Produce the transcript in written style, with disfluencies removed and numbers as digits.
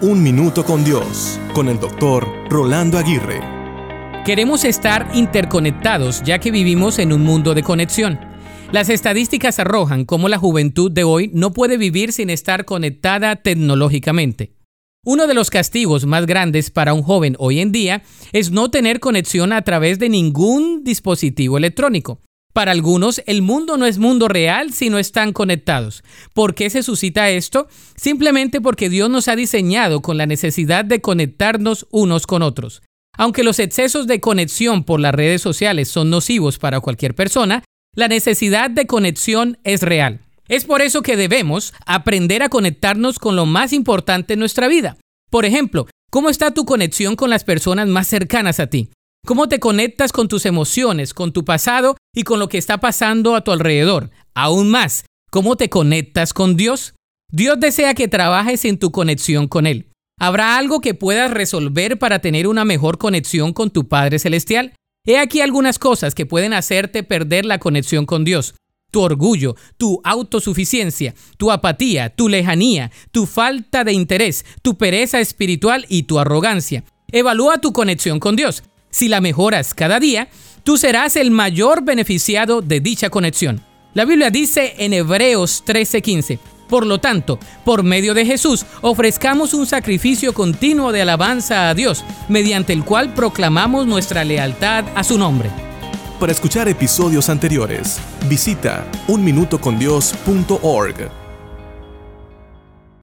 Un Minuto con Dios, con el Dr. Rolando Aguirre. Queremos estar interconectados ya que vivimos en un mundo de conexión. Las estadísticas arrojan cómo la juventud de hoy no puede vivir sin estar conectada tecnológicamente. Uno de los castigos más grandes para un joven hoy en día es no tener conexión a través de ningún dispositivo electrónico. Para algunos, el mundo no es mundo real si no están conectados. ¿Por qué se suscita esto? Simplemente porque Dios nos ha diseñado con la necesidad de conectarnos unos con otros. Aunque los excesos de conexión por las redes sociales son nocivos para cualquier persona, la necesidad de conexión es real. Es por eso que debemos aprender a conectarnos con lo más importante en nuestra vida. Por ejemplo, ¿cómo está tu conexión con las personas más cercanas a ti? ¿Cómo te conectas con tus emociones, con tu pasado y con lo que está pasando a tu alrededor? Aún más, ¿cómo te conectas con Dios? Dios desea que trabajes en tu conexión con Él. ¿Habrá algo que puedas resolver para tener una mejor conexión con tu Padre Celestial? He aquí algunas cosas que pueden hacerte perder la conexión con Dios. Tu orgullo, tu autosuficiencia, tu apatía, tu lejanía, tu falta de interés, tu pereza espiritual y tu arrogancia. Evalúa tu conexión con Dios. Si la mejoras cada día, tú serás el mayor beneficiado de dicha conexión. La Biblia dice en Hebreos 13:15, por lo tanto, por medio de Jesús, ofrezcamos un sacrificio continuo de alabanza a Dios, mediante el cual proclamamos nuestra lealtad a su nombre. Para escuchar episodios anteriores, visita unminutocondios.org.